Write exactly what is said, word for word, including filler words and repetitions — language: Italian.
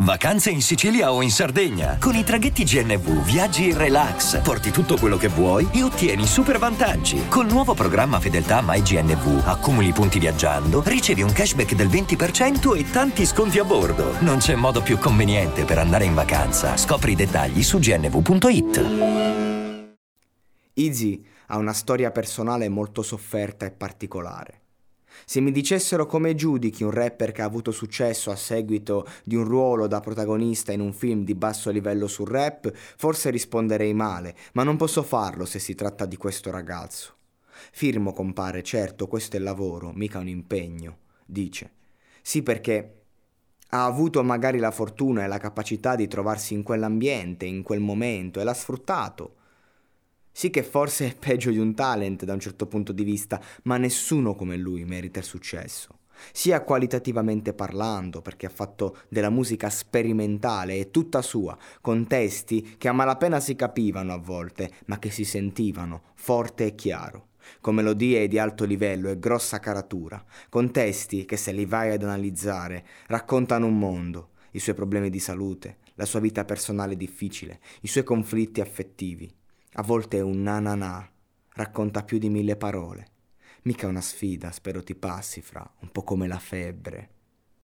Vacanze in Sicilia o in Sardegna. Con i traghetti G N V viaggi in relax, porti tutto quello che vuoi e ottieni super vantaggi. Col nuovo programma Fedeltà MyGNV accumuli punti viaggiando, ricevi un cashback del venti per cento e tanti sconti a bordo. Non c'è modo più conveniente per andare in vacanza. Scopri i dettagli su g n v punto i t. Easy ha una storia personale molto sofferta e particolare. Se mi dicessero come giudichi un rapper che ha avuto successo a seguito di un ruolo da protagonista in un film di basso livello sul rap, forse risponderei male, ma non posso farlo se si tratta di questo ragazzo. Firmo, compare, certo, questo è lavoro, mica un impegno, dice. Sì, perché ha avuto magari la fortuna e la capacità di trovarsi in quell'ambiente, in quel momento, e l'ha sfruttato. Sì che forse è peggio di un talent da un certo punto di vista, ma nessuno come lui merita il successo. Sia qualitativamente parlando, perché ha fatto della musica sperimentale e tutta sua, con testi che a malapena si capivano a volte, ma che si sentivano, forte e chiaro, con melodie di alto livello e grossa caratura, con testi che se li vai ad analizzare raccontano un mondo, i suoi problemi di salute, la sua vita personale difficile, i suoi conflitti affettivi. A volte è un na na na, racconta più di mille parole. Mica una sfida, spero ti passi fra, un po' come la febbre.